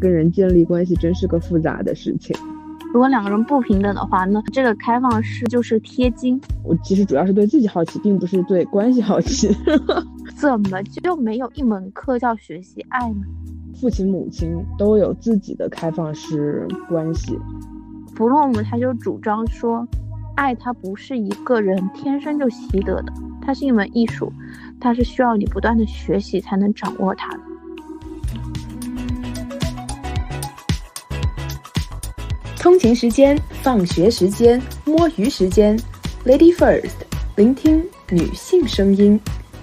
跟人建立关系真是个复杂的事情。 如果两个人不平等的话，那这个开放式就是贴金。 我其实主要是对自己好奇，并不是对关系好奇。 怎么就没有一门课叫学习爱呢？ 父亲母亲都有自己的开放式关系。 弗洛姆他就主张说，爱它不是一个人天生就习得的，它是一门艺术，它是需要你不断的学习才能掌握它的。 通勤时间、放学时间、摸鱼时间 ，Lady First， 聆听女性声音。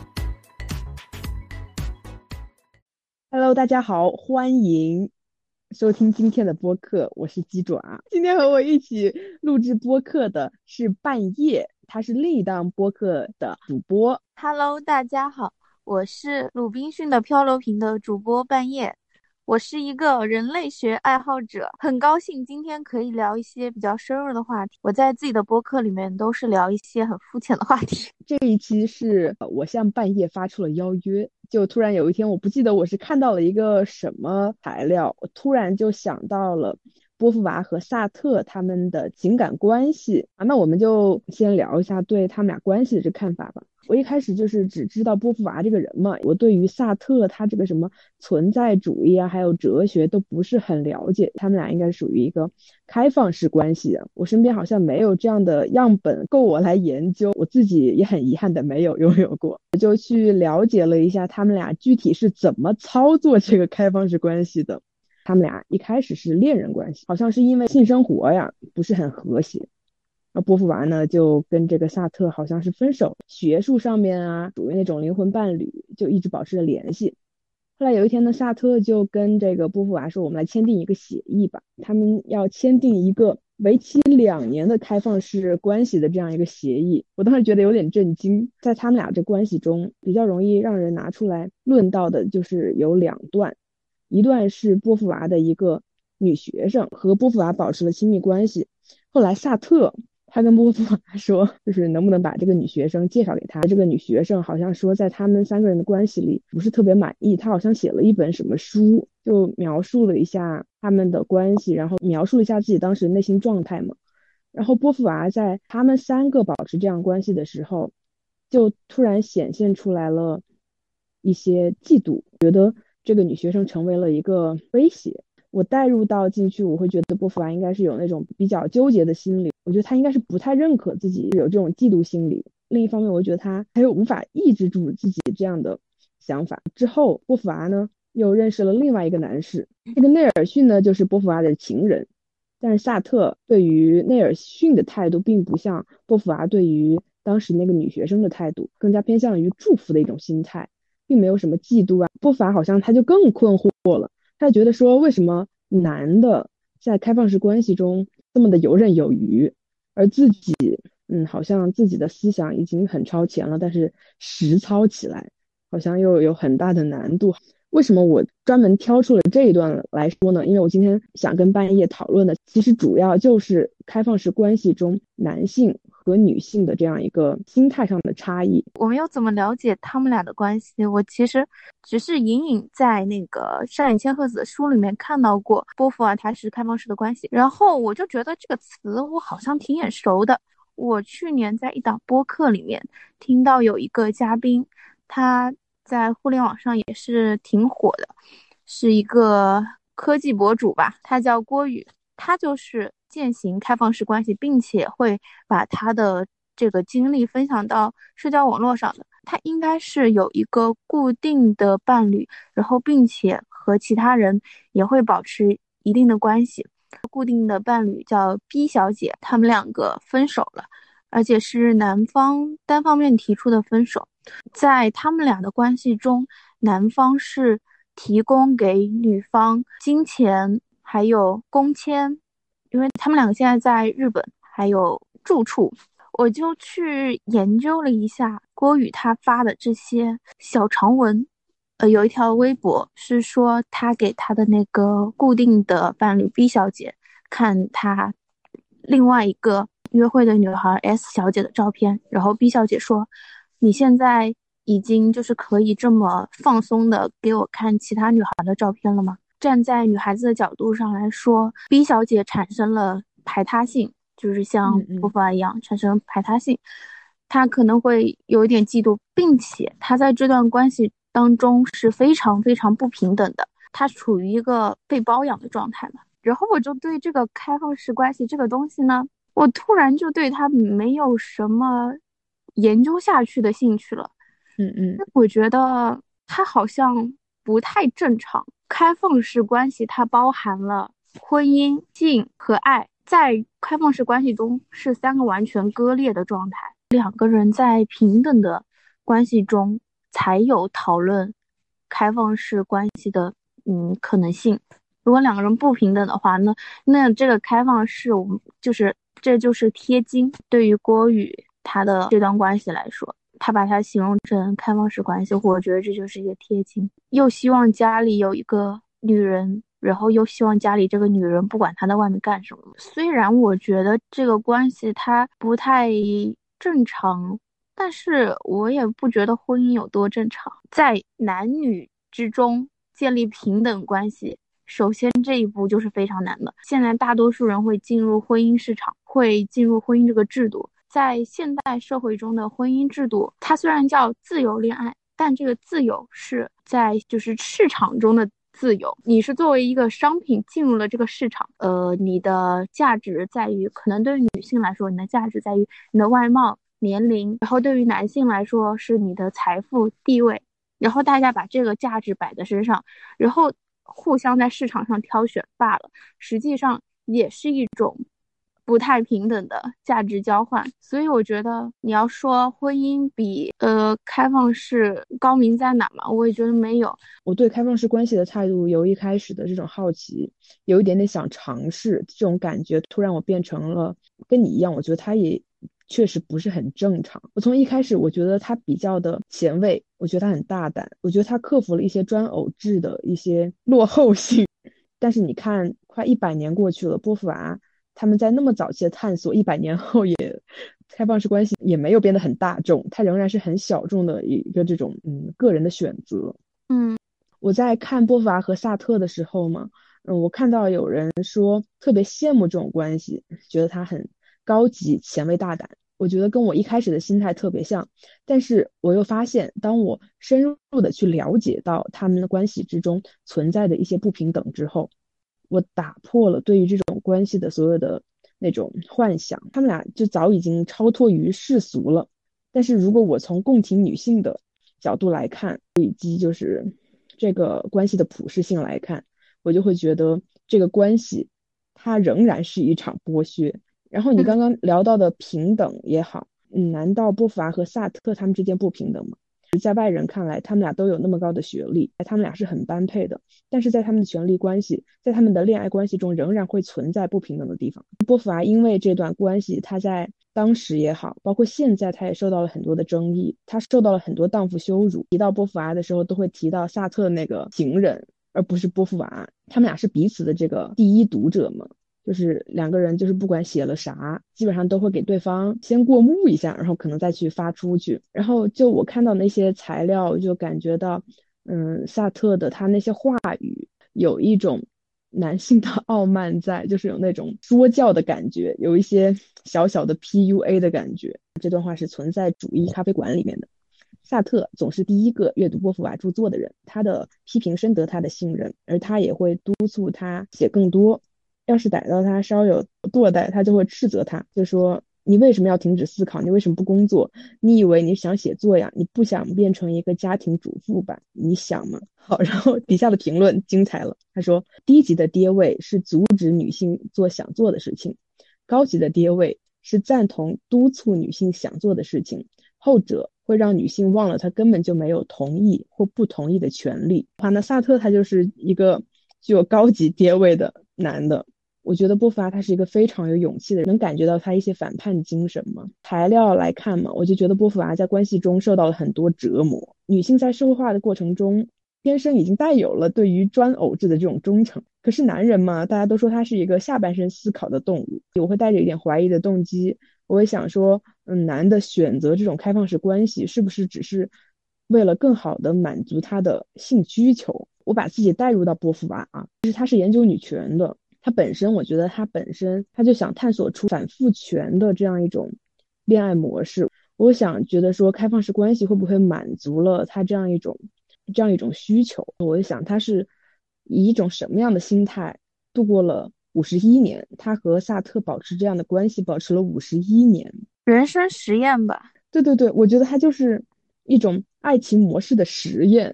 Hello， 大家好，欢迎收听今天的播客，我是鸡爪。今天和我一起录制播客的是半夜，他是另一档播客的主播。 Hello， 大家好，我是鲁滨逊的漂流瓶的主播半夜。我是一个人类学爱好者，很高兴今天可以聊一些比较深入的话题。我在自己的播客里面都是聊一些很肤浅的话题。 这一期是我向半夜发出了邀约，就突然有一天，我不记得我是看到了一个什么材料，我突然就想到了波伏娃和萨特他们的情感关系啊，那我们就先聊一下对他们俩关系的这看法吧。我一开始就是只知道波伏娃这个人嘛，我对于萨特他这个什么存在主义啊，还有哲学都不是很了解。他们俩应该属于一个开放式关系啊，我身边好像没有这样的样本够我来研究，我自己也很遗憾的没有拥有过。我就去了解了一下他们俩具体是怎么操作这个开放式关系的。他们俩一开始是恋人关系，好像是因为性生活呀不是很和谐，那波伏娃呢就跟这个萨特好像是分手，学术上面啊属于那种灵魂伴侣，就一直保持着联系。后来有一天呢，萨特就跟这个波伏娃说，我们来签订一个协议吧，他们要签订一个为期2年的开放式关系的这样一个协议。我当时觉得有点震惊，在他们俩这关系中比较容易让人拿出来论到的就是有2段，一段是波伏娃的一个女学生和波伏娃保持了亲密关系，后来萨特他跟波伏娃说，就是能不能把这个女学生介绍给他。这个女学生好像说在他们3个人的关系里不是特别满意，她好像写了一本什么书，就描述了一下他们的关系，然后描述了一下自己当时内心状态嘛。然后波伏娃在他们3个保持这样关系的时候，就突然显现出来了一些嫉妒，觉得这个女学生成为了一个威胁。我带入到进去，我会觉得波伏娃应该是有那种比较纠结的心理，我觉得她应该是不太认可自己有这种嫉妒心理。另一方面，我觉得她还有无法抑制住自己这样的想法。之后波伏娃呢又认识了另外一个男士，这个内尔逊呢就是波伏娃的情人，但是萨特对于内尔逊的态度并不像波伏娃对于当时那个女学生的态度，更加偏向于祝福的一种心态，并没有什么嫉妒啊。波伏娃好像他就更困惑了，他觉得说为什么男的在开放式关系中这么的游刃有余，而自己好像自己的思想已经很超前了，但是实操起来好像又有很大的难度。为什么我专门挑出了这一段来说呢？因为我今天想跟半夜讨论的其实主要就是开放式关系中男性和女性的这样一个心态上的差异。 我们又怎么了解他们俩的关系？我其实只是隐隐在那个上野千鹤子的书里面看到过波伏娃他是开放式的关系，然后我就觉得这个词我好像挺眼熟的。我去年在一档播客里面听到有一个嘉宾，他在互联网上也是挺火的，是一个科技博主吧，他叫郭宇，他就是践行开放式关系，并且会把他的这个经历分享到社交网络上的。他应该是有一个固定的伴侣，然后并且和其他人也会保持一定的关系。固定的伴侣叫 B 小姐，他们2个分手了，而且是男方单方面提出的分手。在他们俩的关系中，男方是提供给女方金钱还有工签，因为他们2个现在在日本还有住处。我就去研究了一下郭宇他发的这些小长文，有一条微博是说他给他的那个固定的伴侣 B 小姐看他另外一个约会的女孩 S 小姐的照片，然后 B 小姐说，你现在已经就是可以这么放松的给我看其他女孩的照片了吗？ 站在女孩子的角度上来说 ，B 小姐产生了排他性，就是像波伏娃一样产生排他性，她可能会有一点嫉妒，并且她在这段关系当中是非常非常不平等的，她处于一个被包养的状态嘛。然后我就对这个开放式关系这个东西呢，我突然就对它没有什么研究下去的兴趣了。我觉得它好像不太正常。开放式关系它包含了婚姻、性和爱，在开放式关系中是3个完全割裂的状态。2个人在平等的关系中才有讨论开放式关系的可能性。如果2个人不平等的话，那这个开放式这就是贴金。对于郭宇他的这段关系来说，他把它形容成开放式关系，我觉得这就是一个贴金。又希望家里有一个女人，然后又希望家里这个女人不管她在外面干什么。虽然我觉得这个关系它不太正常，但是我也不觉得婚姻有多正常。在男女之中建立平等关系，首先这一步就是非常难的。现在大多数人会进入婚姻市场，会进入婚姻这个制度。在现代社会中的婚姻制度，它虽然叫自由恋爱，但这个自由是在就是市场中的自由。你是作为一个商品进入了这个市场，你的价值在于，可能对于女性来说，你的价值在于你的外貌、年龄，然后对于男性来说是你的财富、地位，然后大家把这个价值摆在身上，然后互相在市场上挑选罢了，实际上也是一种不太平等的价值交换。所以我觉得你要说婚姻比开放式高明在哪嘛，我也觉得没有。 我对开放式关系的态度由一开始的这种好奇，有一点点想尝试，这种感觉突然我变成了跟你一样，我觉得它也确实不是很正常。我从一开始我觉得他比较的前卫，我觉得他很大胆，我觉得他克服了一些专偶制的一些落后性。但是你看快100年过去了，波伏娃他们在那么早期的探索，100年后也开放式关系也没有变得很大众，它仍然是很小众的一个这种个人的选择。我在看波伏娃和萨特的时候嘛，我看到有人说特别羡慕这种关系，觉得他很高级、前卫、大胆。我觉得跟我一开始的心态特别像，但是我又发现，当我深入的去了解到他们的关系之中存在的一些不平等之后，我打破了对于这种关系的所有的那种幻想，他们俩就早已经超脱于世俗了。但是如果我从共情女性的角度来看，以及就是这个关系的普适性来看，我就会觉得这个关系它仍然是一场剥削。然后你刚刚聊到的平等也好，难道波伏娃和萨特他们之间不平等吗？在外人看来，他们俩都有那么高的学历，他们俩是很般配的，但是在他们的权力关系，在他们的恋爱关系中，仍然会存在不平等的地方。波伏娃因为这段关系，他在当时也好，包括现在，他也受到了很多的争议，他受到了很多荡妇羞辱。提到波伏娃的时候，都会提到萨特那个情人，而不是波伏娃。他们俩是彼此的这个第一读者嘛。就是2个人就是不管写了啥，基本上都会给对方先过目一下，然后可能再去发出去。然后就我看到那些材料，就感觉到萨特的他那些话语有一种男性的傲慢在，就是有那种说教的感觉，有一些小小的 PUA 的感觉。这段话是存在主义咖啡馆里面的。萨特总是第一个阅读波伏娃著作的人，他的批评深得他的信任，而他也会督促他写更多。要是逮到他稍有堕怠，他就会斥责他，就说你为什么要停止思考？你为什么不工作？你以为你想写作呀？你不想变成一个家庭主妇吧？你想吗？好，然后底下的评论精彩了。他说，低级的爹味是阻止女性做想做的事情，高级的爹味是赞同督促女性想做的事情，后者会让女性忘了她根本就没有同意或不同意的权利。那萨特他就是一个具有高级爹味的男的。我觉得波伏娃他是一个非常有勇气的人，能感觉到他一些反叛精神嘛。材料来看嘛，我就觉得波伏娃在关系中受到了很多折磨。女性在社会化的过程中，天生已经带有了对于专偶制的这种忠诚。可是男人嘛，大家都说他是一个下半身思考的动物，我会带着一点怀疑的动机，我会想说，男的选择这种开放式关系，是不是只是为了更好的满足他的性需求？ 我把自己带入到波伏娃啊，就是他是研究女权的，他本身我觉得他就想探索出反父权的这样一种恋爱模式。我想觉得说开放式关系会不会满足了他这样一种需求？我就想他是以一种什么样的心态度过了51年，他和萨特保持这样的关系，保持了51年。 人生实验吧。 对对对，我觉得他就是一种爱情模式的实验。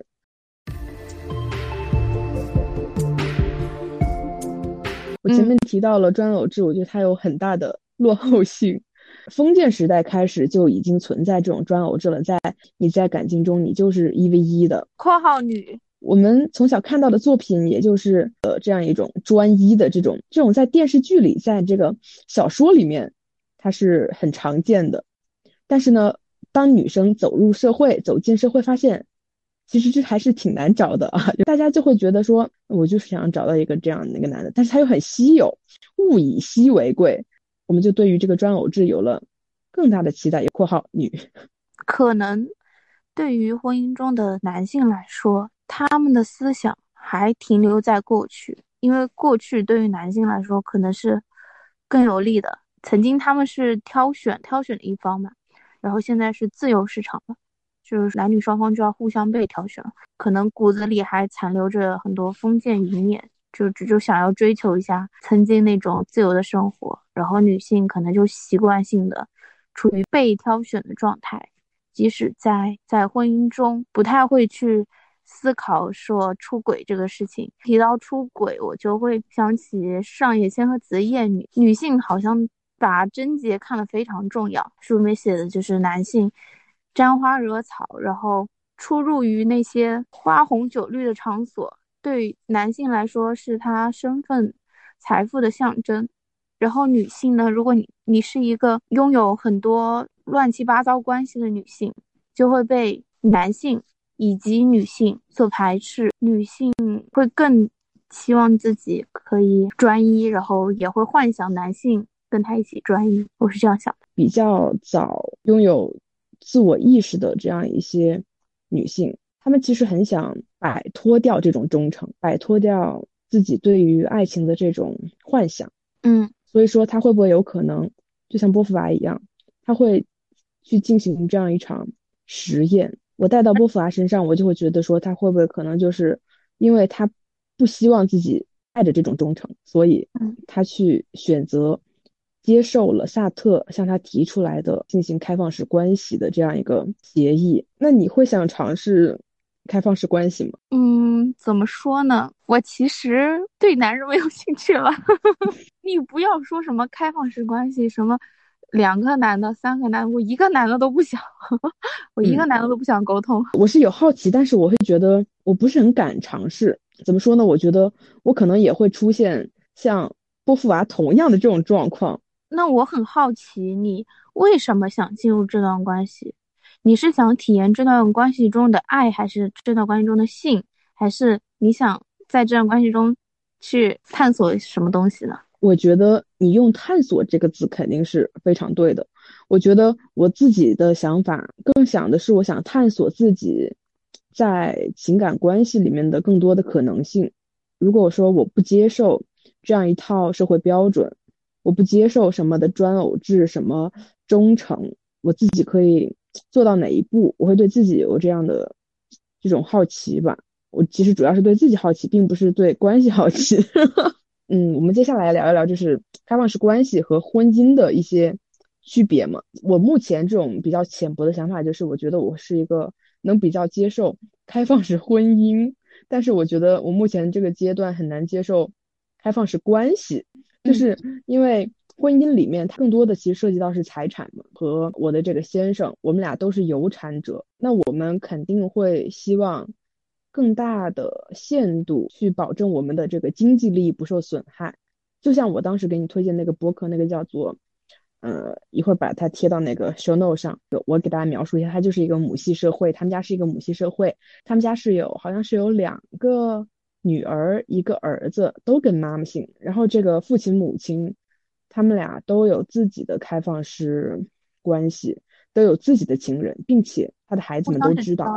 我前面提到了专偶制，我觉得它有很大的落后性。封建时代开始就已经存在这种专偶制了，你在感情中你就是1v1的 （括号女）。 我们从小看到的作品，也就是这样一种专一的这种在电视剧里，在这个小说里面，它是很常见的。但是呢，当女生走进社会，发现其实这还是挺难找的啊。大家就会觉得说，我就是想找到一个这样的一个男的，但是他又很稀有，物以稀为贵。我们就对于这个专偶制有了更大的期待，也括号女。 可能对于婚姻中的男性来说，他们的思想还停留在过去，因为过去对于男性来说可能是更有利的。曾经他们是挑选的一方嘛，然后现在是自由市场了，就是男女双方就要互相被挑选了，可能骨子里还残留着很多封建余孽，就想要追求一下曾经那种自由的生活，然后女性可能就习惯性的处于被挑选的状态，即使在婚姻中不太会去思考说出轨这个事情。提到出轨，我就会想起上野千鹤子的厌女，女性好像把贞洁看得非常重要，书里面写的就是男性沾花惹草，然后出入于那些花红酒绿的场所，对男性来说是他身份财富的象征。然后女性呢，如果你是一个拥有很多乱七八糟关系的女性，就会被男性以及女性所排斥。女性会更希望自己可以专一，然后也会幻想男性跟她一起专一。我是这样想的。 比较早拥有自我意识的这样一些女性，她们其实很想摆脱掉这种忠诚，摆脱掉自己对于爱情的这种幻想。所以说她会不会有可能就像波伏娃一样，她会去进行这样一场实验。我带到波伏娃身上，我就会觉得说她会不会可能就是因为她不希望自己带着这种忠诚，所以她去选择接受了萨特向他提出来的进行开放式关系的这样一个协议。那你会想尝试开放式关系吗？ 怎么说呢？我其实对男人没有兴趣了。你不要说什么开放式关系，什么2个男的、3个男的，我一个男的都不想，我一个男的都不想沟通。 我是有好奇，但是我会觉得我不是很敢尝试。怎么说呢？我觉得我可能也会出现像波伏娃同样的这种状况。 那我很好奇，你为什么想进入这段关系？你是想体验这段关系中的爱，还是这段关系中的性，还是你想在这段关系中去探索什么东西呢？ 我觉得你用探索这个字肯定是非常对的。我觉得我自己的想法更想的是，我想探索自己在情感关系里面的更多的可能性。如果说我不接受这样一套社会标准，我不接受什么的专偶制，什么忠诚，我自己可以做到哪一步，我会对自己有这样的这种好奇吧。我其实主要是对自己好奇，并不是对关系好奇。我们接下来聊一聊就是开放式关系和婚姻的一些区别嘛。我目前这种比较浅薄的想法就是，我觉得我是一个能比较接受开放式婚姻，但是我觉得我目前这个阶段很难接受开放式关系，就是因为婚姻里面它更多的其实涉及到是财产嘛，和我的这个先生，我们俩都是有产者，那我们肯定会希望更大的限度去保证我们的这个经济利益不受损害。就像我当时给你推荐那个博客，那个叫做一会儿把它贴到那个 show note 上，我给大家描述一下，它就是一个母系社会，他们家是一个母系社会，他们家好像是有2个女儿1个儿子，都跟妈妈姓，然后这个父亲母亲他们俩都有自己的开放式关系，都有自己的情人，并且他的孩子们都知道。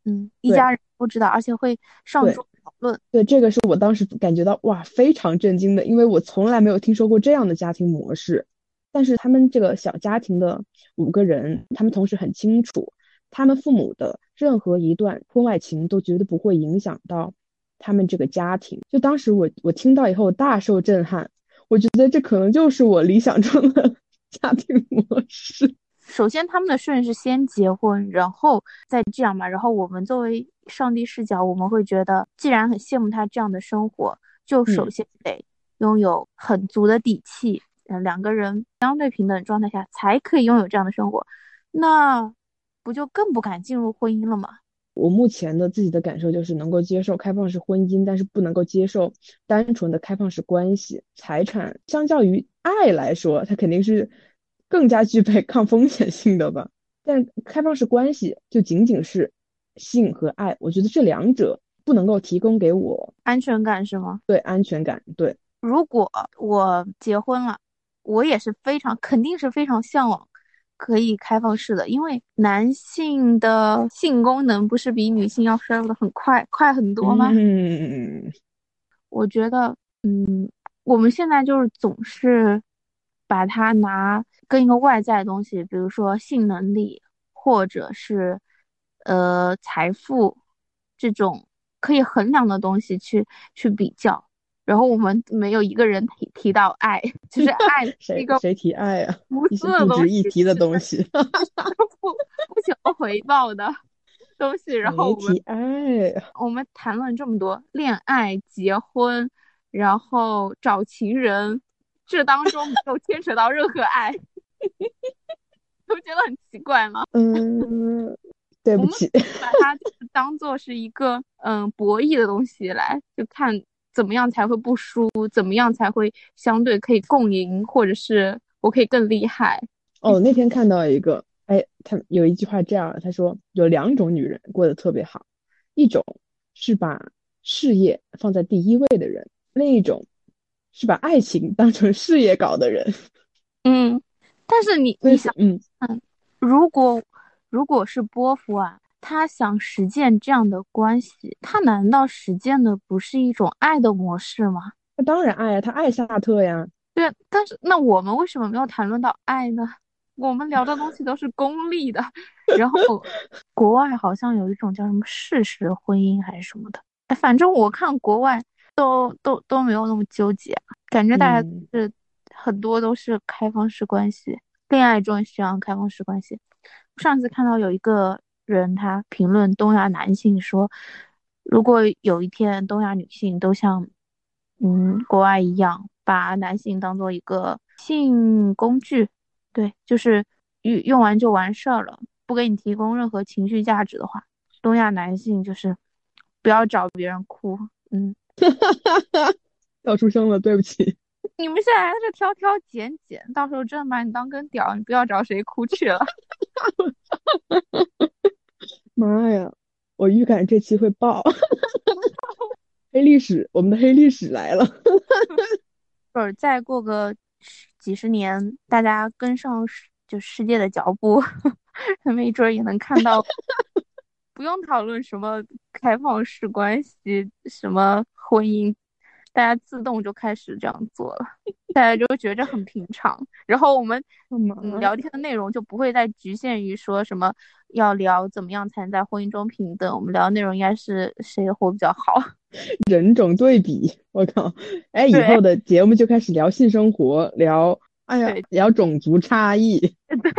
一家人都知道，而且会上桌讨论。 对，这个是我当时感觉到哇非常震惊的，因为我从来没有听说过这样的家庭模式。但是他们这个小家庭的5个人，他们同时很清楚，他们父母的任何一段婚外情都绝对不会影响到他们这个家庭。就当时我听到以后大受震撼，我觉得这可能就是我理想中的家庭模式。 首先他们的顺是先结婚，然后再这样嘛。然后我们作为上帝视角，我们会觉得既然很羡慕他这样的生活，就首先得拥有很足的底气，2个人相对平等状态下才可以拥有这样的生活，那不就更不敢进入婚姻了吗？ 我目前的自己的感受就是能够接受开放式婚姻，但是不能够接受单纯的开放式关系。财产相较于爱来说，它肯定是更加具备抗风险性的吧。但开放式关系就仅仅是性和爱，我觉得这2者不能够提供给我安全感，是吗？ 对，安全感。对， 如果我结婚了，我也是肯定是非常向往可以开放式的，因为男性的性功能不是比女性要衰弱的很快很多吗？我觉得我们现在就是总是把它跟一个外在的东西，比如说性能力或者是财富这种可以衡量的东西去比较，然后我们没有一个人提到爱，就是爱是一个谁提爱啊？ 一些不值一提的东西， 不求回报的东西。然后我们谈论这么多恋爱、结婚，然后找情人，这当中没有牵扯到任何爱，都觉得很奇怪吗？ 对不起， 我们把它当做是一个博弈的东西来，就看怎么样才会不输，怎么样才会相对可以共赢，或者是我可以更厉害。 那天看到一个，他有一句话这样，他说有2种女人过得特别好，一种是把事业放在第一位的人，另一种是把爱情当成事业搞的人。 但是你想，如果是波夫啊，他想实践这样的关系，他难道实践的不是一种爱的模式吗？ 他当然爱啊，他爱萨特呀。 对，但是那我们为什么没有谈论到爱呢？我们聊的东西都是功利的，然后国外好像有一种叫什么事实婚姻还是什么的，反正我看国外都没有那么纠结，感觉大家是很多都是开放式关系，恋爱中需要开放式关系。上次看到有一个人他评论东亚男性说，如果有一天东亚女性都像国外一样把男性当做一个性工具，对，就是用完就完事儿了，不给你提供任何情绪价值的话，东亚男性就是不要找别人哭。 笑出声了，对不起。 你们现在还是挑挑拣拣，到时候真的把你当根屌，你不要找谁哭去了。 妈呀，我预感这期会爆。黑历史，我们的黑历史来了。 再过个几十年，大家跟上就世界的脚步，没准也能看到。不用讨论什么开放式关系，什么婚姻，大家自动就开始这样做了，大家就觉得很平常。然后我们聊天的内容就不会再局限于说什么要聊怎么样才能在婚姻中平等，我们聊的内容应该是谁活比较好， 人种对比。我靠，以后的节目就开始聊性生活，聊种族差异。 对。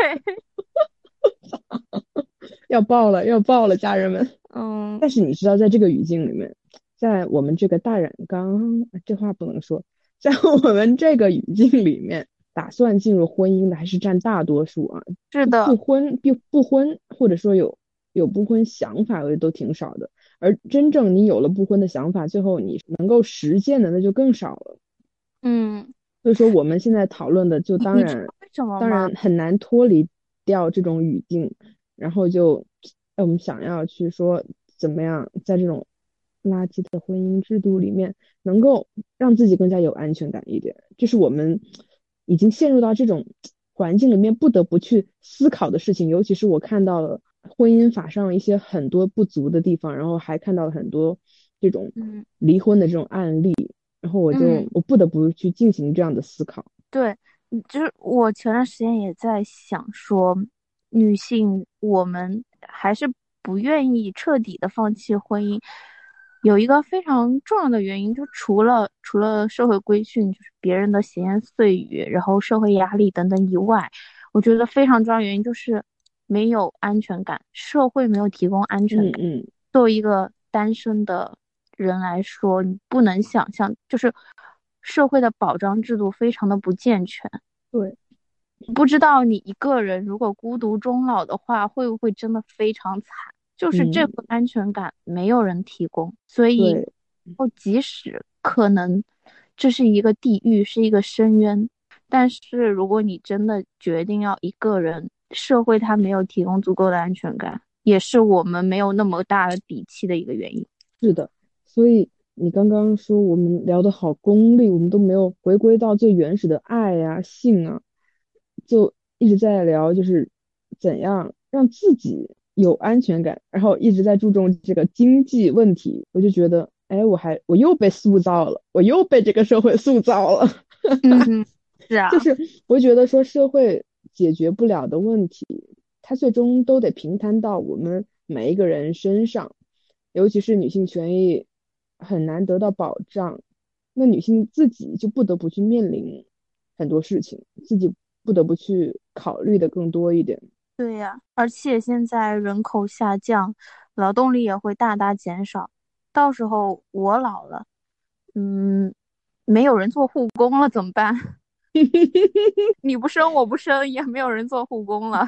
要爆了，家人们。但是你知道，在这个语境里面，在我们这个大染缸，这话不能说，在我们这个语境里面，打算进入婚姻的还是占大多数啊。 是的， 不婚，或者说有不婚想法的都挺少的。而真正你有了不婚的想法，最后你能够实践的那就更少了。所以说我们现在讨论的就当然很难脱离掉这种语境。然后就我们想要去说怎么样在这种垃圾的婚姻制度里面能够让自己更加有安全感一点，就是我们已经陷入到这种环境里面不得不去思考的事情。尤其是我看到了婚姻法上一些很多不足的地方，然后还看到了很多这种嗯离婚的这种案例，然后嗯， 我不得不去进行这样的思考。 对，就是我前段时间也在想说，女性我们还是不愿意彻底的放弃婚姻，有一个非常重要的原因，就除了社会规训，就是别人的闲言碎语，然后社会压力等等以外，我觉得非常重要的原因就是没有安全感，社会没有提供安全感。 嗯嗯， 作为一个单身的人来说，你不能想象，就是社会的保障制度非常的不健全。 对不知道你一个人如果孤独终老的话，会不会真的非常惨？就是这嗯份安全感没有人提供，所以， 对， 即使可能这是一个地狱，是一个深渊，但是如果你真的决定要一个人，社会它没有提供足够的安全感，也是我们没有那么大的底气的一个原因。 是的。所以你刚刚说我们聊得好功利，我们都没有回归到最原始的爱呀、性啊，就一直在聊就是怎样让自己有安全感，然后一直在注重这个经济问题。我就觉得，哎，我又被塑造了，我又被这个社会塑造了。 嗯，是啊， 就是我觉得说社会解决不了的问题，它最终都得平摊到我们每一个人身上，尤其是女性权益很难得到保障，那女性自己就不得不去面临很多事情，自己不得不去考虑的更多一点。 对呀，而且现在人口下降，劳动力也会大大减少，到时候我老了，嗯，没有人做护工了怎么办？你不生我不生，也没有人做护工了。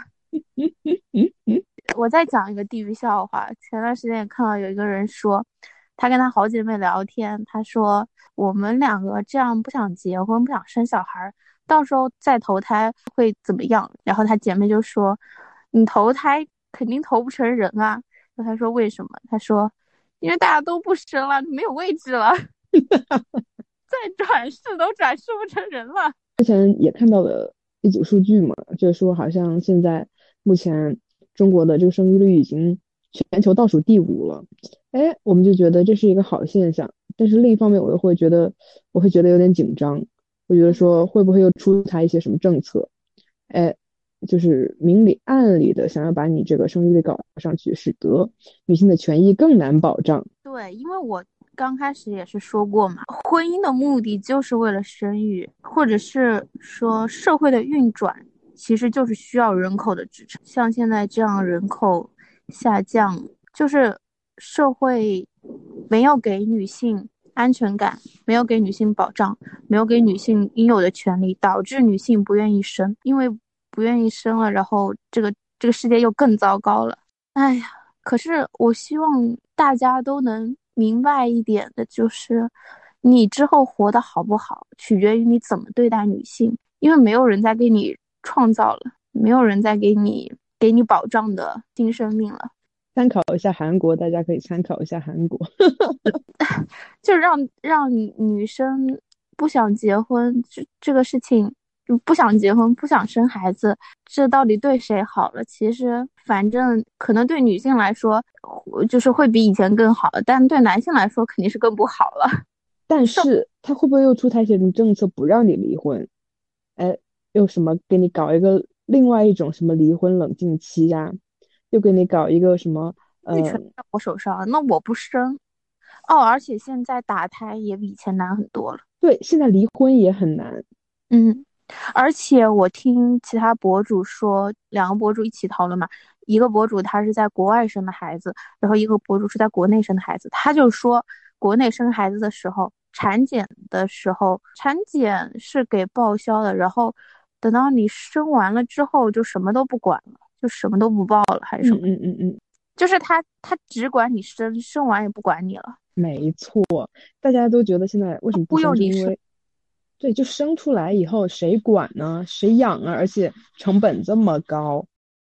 我再讲一个地狱笑话。前段时间也看到有一个人说，他跟他好姐妹聊天，他说我们两个这样不想结婚，不想生小孩，到时候再投胎会怎么样？然后他姐妹就说，你投胎肯定投不成人啊。然后他说为什么？他说因为大家都不生了，没有位置了，再转世都转世不成人了。 之前也看到了一组数据嘛，就是说好像现在目前中国的这个生育率已经全球倒数第5了。哎，我们就觉得这是一个好现象，但是另一方面我会觉得有点紧张，我觉得说会不会又出台一些什么政策，哎，就是明里暗里的想要把你这个生育率搞上去，使得女性的权益更难保障。 对，因为我刚开始也是说过嘛，婚姻的目的就是为了生育，或者是说社会的运转，其实就是需要人口的支撑。像现在这样人口下降，就是社会没有给女性安全感，没有给女性保障，没有给女性应有的权利，导致女性不愿意生，因为不愿意生了，然后这个世界又更糟糕了。哎呀。可是我希望大家都能明白一点的，就是你之后活得好不好，取决于你怎么对待女性，因为没有人再给你创造了，没有人再给你保障的新生命了。 参考一下韩国，大家可以参考一下韩国。 就让女生不想结婚，这个事情，不想结婚，不想生孩子，这到底对谁好了？其实反正可能对女性来说，就是会比以前更好，但对男性来说肯定是更不好了。 但是他会不会又出台一些什么政策不让你离婚？哎，又什么给你搞一个另外一种什么离婚冷静期呀、又给你搞一个什么育权在我手上，那我不生哦，而且现在打胎也比以前难很多了。 对，现在离婚也很难。 嗯。而且我听其他博主说，两个博主一起讨论嘛，一个博主他是在国外生的孩子，然后一个博主是在国内生的孩子，他就说国内生孩子的时候，产检的时候，产检是给报销的，然后等到你生完了之后就什么都不管了，就什么都不报了，还是什么？就是他只管你生，生完也不管你了。 没错，大家都觉得现在为什么不生，是忽悠你生。 因为对，就生出来以后谁管呢？谁养啊？而且成本这么高。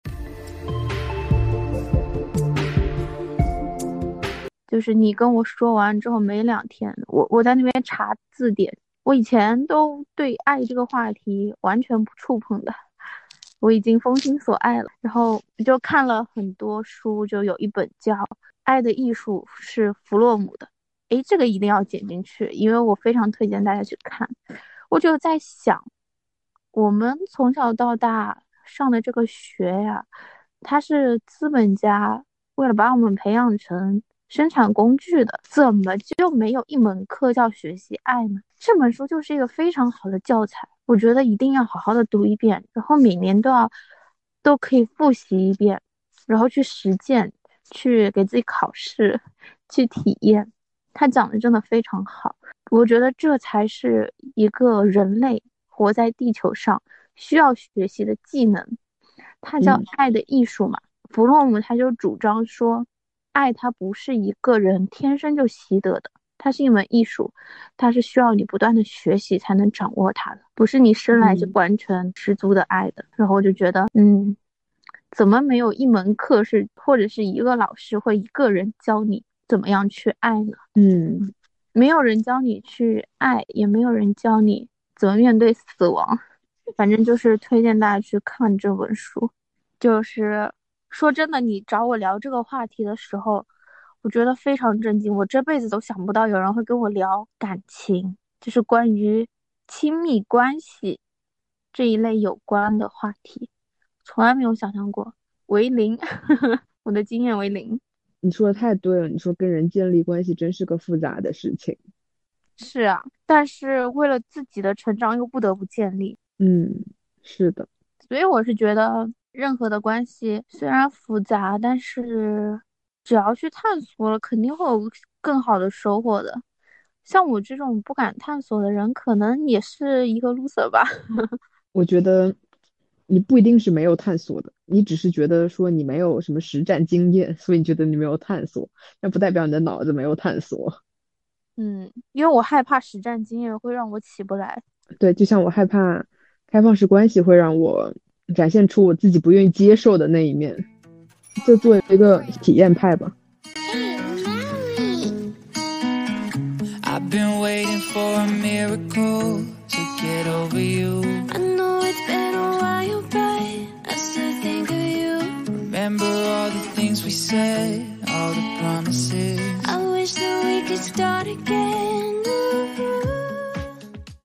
就是你跟我说完之后没2天，我在那边查字典，我以前都对爱这个话题完全不触碰的， 我已经封心所爱了。然后就看了很多书，就有一本叫《爱的艺术》，是弗洛姆的。诶，这个一定要剪进去，因为我非常推荐大家去看。我就在想，我们从小到大上的这个学呀，它是资本家为了把我们培养成生产工具的，怎么就没有一门课叫学习爱呢？这本书就是一个非常好的教材，我觉得一定要好好的读一遍，然后每年都可以复习一遍，然后去实践，去给自己考试，去体验。他讲的真的非常好，我觉得这才是一个人类活在地球上需要学习的技能。它叫爱的艺术嘛。弗洛姆他就主张说，爱它不是一个人天生就习得的，它是一门艺术，它是需要你不断的学习才能掌握它的，不是你生来就完全十足的爱的。然后我就觉得怎么没有一门课是或者是一个老师会一个人教你怎么样去爱呢？没有人教你去爱，也没有人教你怎么面对死亡。反正就是推荐大家去看这本书。就是说真的，你找我聊这个话题的时候，我觉得非常震惊，我这辈子都想不到有人会跟我聊感情，就是关于亲密关系这一类有关的话题，从来没有想象过，为零我的经验为零。 你说的太对了，你说跟人建立关系真是个复杂的事情。 是啊，但是为了自己的成长又不得不建立。 是的。 所以我是觉得任何的关系虽然复杂，但是只要去探索了，肯定会有更好的收获的。像我这种不敢探索的人，可能也是一个 loser 吧。 我觉得你不一定是没有探索的，你只是觉得说你没有什么实战经验，所以你觉得你没有探索，那不代表你的脑子没有探索。 因为我害怕实战经验会让我起不来。 对，就像我害怕开放式关系会让我展现出我自己不愿意接受的那一面，就做一个体验派吧。 I've been waiting for a miracle to get over you. I know it's been a while, but I still think of you. Remember all the things we said, all the promises. I wish that we could start again.